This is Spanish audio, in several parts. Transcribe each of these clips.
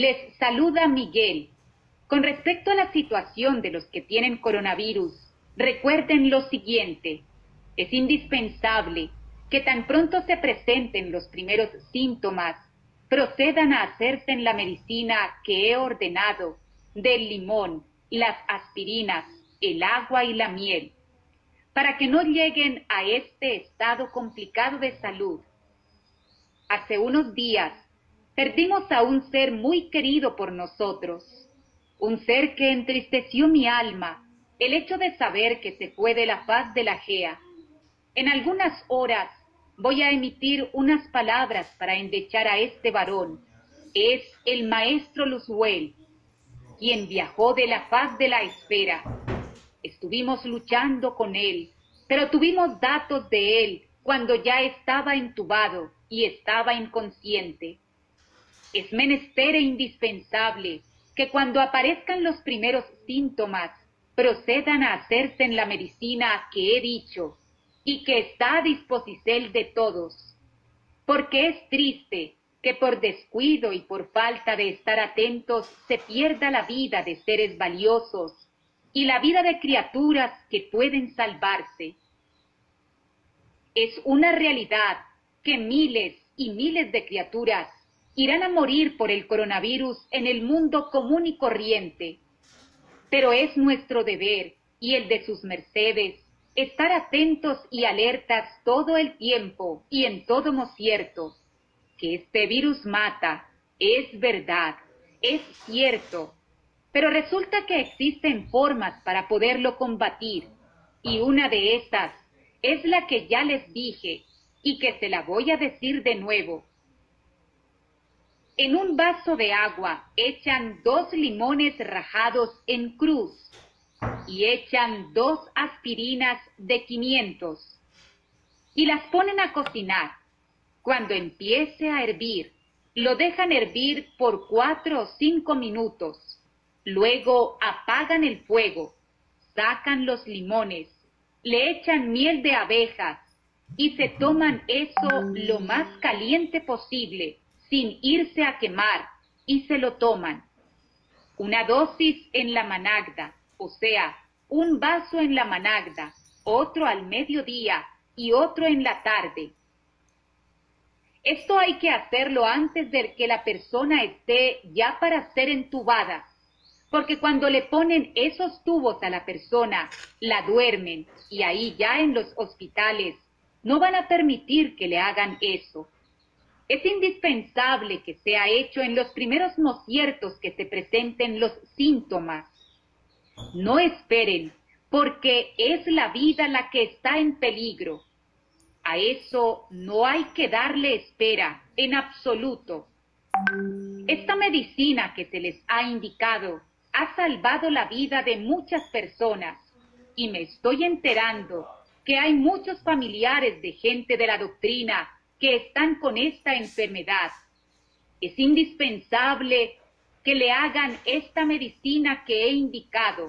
Les saluda Miguel. Con respecto a la situación de los que tienen coronavirus, recuerden lo siguiente. Es indispensable que tan pronto se presenten los primeros síntomas, procedan a hacerse en la medicina que he ordenado, del limón, las aspirinas, el agua y la miel, para que no lleguen a este estado complicado de salud. Hace unos días perdimos a un ser muy querido por nosotros, un ser que entristeció mi alma, el hecho de saber que se fue de la faz de la Gea. En algunas horas voy a emitir unas palabras para endechar a este varón. Es el maestro Luswell, quien viajó de la faz de la esfera. Estuvimos luchando con él, pero tuvimos datos de él cuando ya estaba entubado y estaba inconsciente. Es menester e indispensable que cuando aparezcan los primeros síntomas, procedan a hacerse en la medicina que he dicho y que está a disposición de todos, porque es triste que por descuido y por falta de estar atentos se pierda la vida de seres valiosos y la vida de criaturas que pueden salvarse. Es una realidad que miles y miles de criaturas irán a morir por el coronavirus en el mundo común y corriente. Pero es nuestro deber, y el de sus mercedes, estar atentos y alertas todo el tiempo y en todo cierto. Que este virus mata, es verdad, es cierto, pero resulta que existen formas para poderlo combatir, y una de estas es la que ya les dije, y que se la voy a decir de nuevo. En un vaso de agua echan 2 limones rajados en cruz y echan 2 aspirinas de 500 y las ponen a cocinar. Cuando empiece a hervir, lo dejan hervir por 4 o 5 minutos. Luego apagan el fuego, sacan los limones, le echan miel de abejas y se toman eso lo más caliente posible, sin irse a quemar, y se lo toman. Una dosis en la managda, o sea, un vaso en la managda, otro al mediodía y otro en la tarde. Esto hay que hacerlo antes de que la persona esté ya para ser entubada, porque cuando le ponen esos tubos a la persona, la duermen, y ahí ya en los hospitales no van a permitir que le hagan eso. Es indispensable que sea hecho en los primeros mociertos que se presenten los síntomas. No esperen, porque es la vida la que está en peligro. A eso no hay que darle espera, en absoluto. Esta medicina que se les ha indicado ha salvado la vida de muchas personas, y me estoy enterando que hay muchos familiares de gente de la doctrina que están con esta enfermedad. Es indispensable que le hagan esta medicina que he indicado.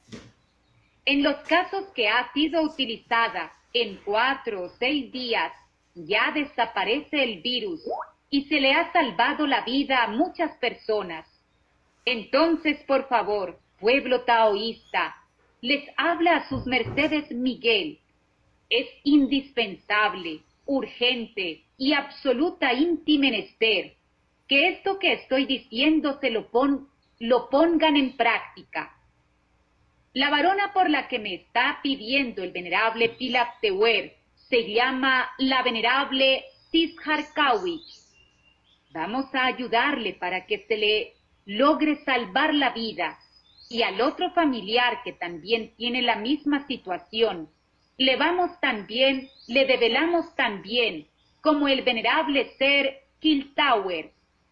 En los casos que ha sido utilizada, en 4 o 6 días ya desaparece el virus y se le ha salvado la vida a muchas personas. Entonces, por favor, pueblo taoísta, les habla a sus mercedes Miguel. Es indispensable, urgente y absoluta menester que esto que estoy diciendo lo pongan en práctica. La varona por la que me está pidiendo el venerable Pilaf Tewer se llama la venerable Cisharkawich. Vamos a ayudarle para que se le logre salvar la vida, y al otro familiar que también tiene la misma situación, le develamos también como el venerable ser Kiltower.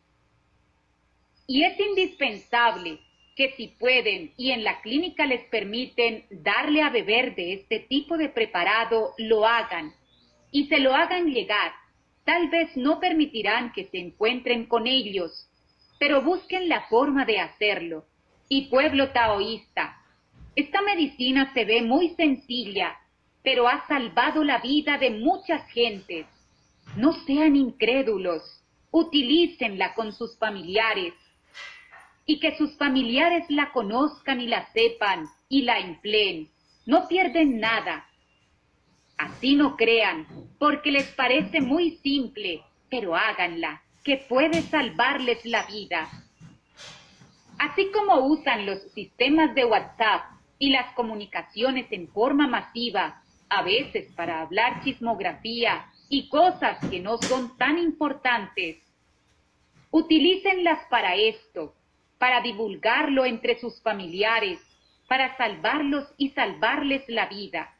Y es indispensable que si pueden y en la clínica les permiten darle a beber de este tipo de preparado, lo hagan y se lo hagan llegar. Tal vez no permitirán que se encuentren con ellos, pero busquen la forma de hacerlo. Y pueblo taoísta, esta medicina se ve muy sencilla, pero ha salvado la vida de muchas gentes. No sean incrédulos, utilícenla con sus familiares. y que sus familiares la conozcan y la sepan y la empleen. No pierden nada. Así no crean, porque les parece muy simple, pero háganla, que puede salvarles la vida. Así como usan los sistemas de WhatsApp y las comunicaciones en forma masiva, a veces para hablar chismografía y cosas que no son tan importantes, utilícenlas para esto, para divulgarlo entre sus familiares, para salvarlos y salvarles la vida.